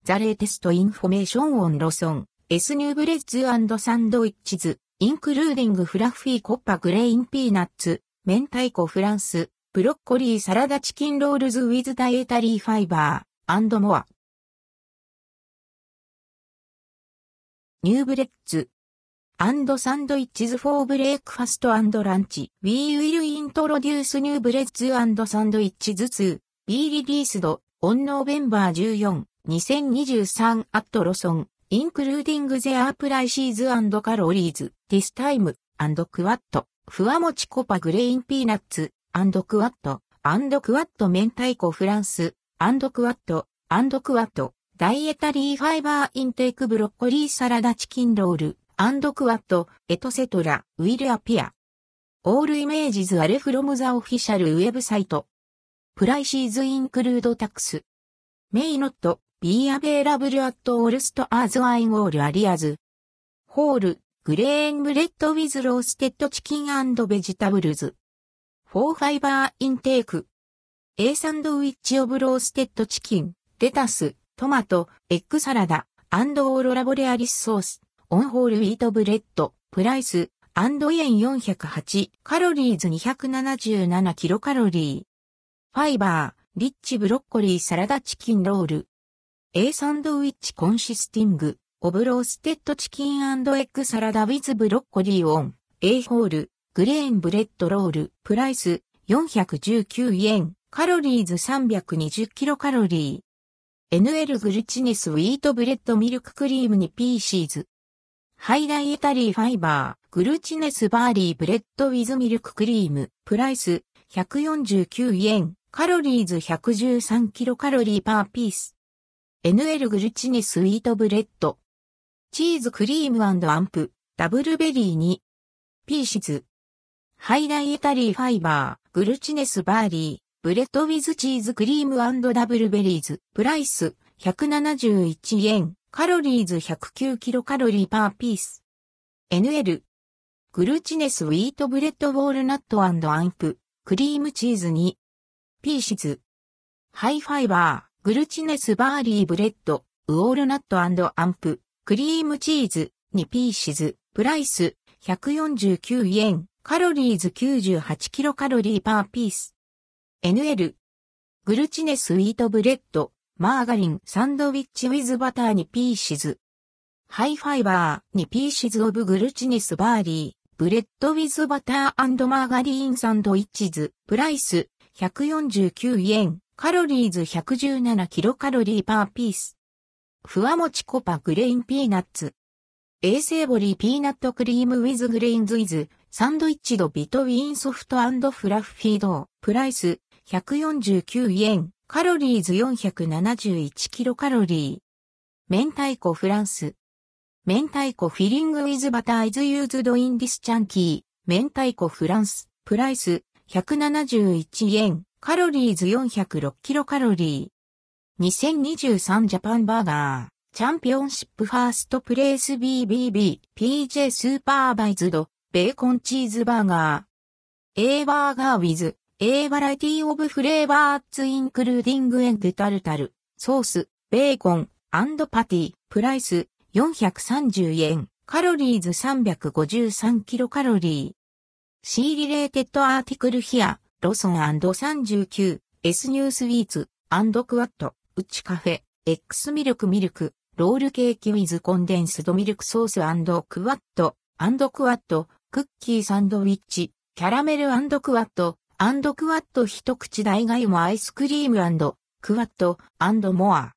The latest information on Lawson, S new breads and sandwiches, including fluffy Coppa grain peanuts, 明太子フランス、ブロッコリーサラダチキンロールズ with dietary fiber, and more. New breads and sandwiches for breakfast and lunch. We will introduce new breads and sandwiches to be released on November 14, 2023 at Lawson, including their prices and calories, this time, and quad, ふわもちコパグレインピーナッツ、and quad, 明太子フランス、and quad,ダイエタリーファイバーインテークブロッコリーサラダチキンロール、and quad, etc. will appear. All images are from the official website. Prices include tax. May not be available at all stores in all areas. Whole, grain bread with roasted chicken and vegetables. For fiber intake. A sandwich of roasted chicken, lettuce, tomato, egg salad, and all laboratory sauce, on whole wheat bread, price, and yen 408, calories 277 kilocalorie. Fiber, rich broccoli salad chicken roll. A sandwich consisting of roasted chicken and egg salad with broccoli on, a whole, grain bread roll, price, 419 yen, calories 320 kilocalorie. NL glutinous wheat bread milk cream 2 pieces. High dietary fiber, glutinous barley bread with milk cream, price, 149 yen, calories 113 kilocalorie per piece. NL glutinous wheat bread. Cheese cream and amp, double berry 2 pieces. High dietary fiber, glutinous barley, bread with cheese cream and double berries, price, 171 yen, calories 109 kilocalorie per piece. NL. Glutinous wheat bread walnut and amp, cream cheese 2 pieces. High fiber, glutinous barley bread, walnut and amp, cream cheese 2 pieces, price, 149 yen, calories 98 kilocalorie per piece. NL. Glutinous wheat bread, margarine sandwich with butter 2 pieces. High fiber 2 pieces of glutinous barley, bread with butter and margarine sandwiches, price, 149 yen, calories 117 kilocalorie per piece. ふわもちコパグレインピーナッツ。A savory peanut cream with grains is sandwiched between soft and fluffy dough, price, 149 yen, calories 471 kilocalorie. 明太子フランス。明太子 filling with butter is used in this chunky, 明太子フランス、プライス、171円、カロリーズ406キロカロリー。2023ジャパンバーガー、チャンピオンシップファーストプレイス BBB、PJ スーパーバイズド、ベーコンチーズバーガー。A バーガー with A variety of flavors including egg タルタル、ソース、ベーコン、&パティ、プライス、430円、カロリーズ353キロカロリー。C related article here, ロソン &39, S new sweets, & クワット、うちカフェ、X ミルク、ロールケーキ with condensed ミルクソース&クワット、クッキーサンドウィッチ、キャラメル&クワット、クワット一口大がゆもアイスクリーム&クワット、モア。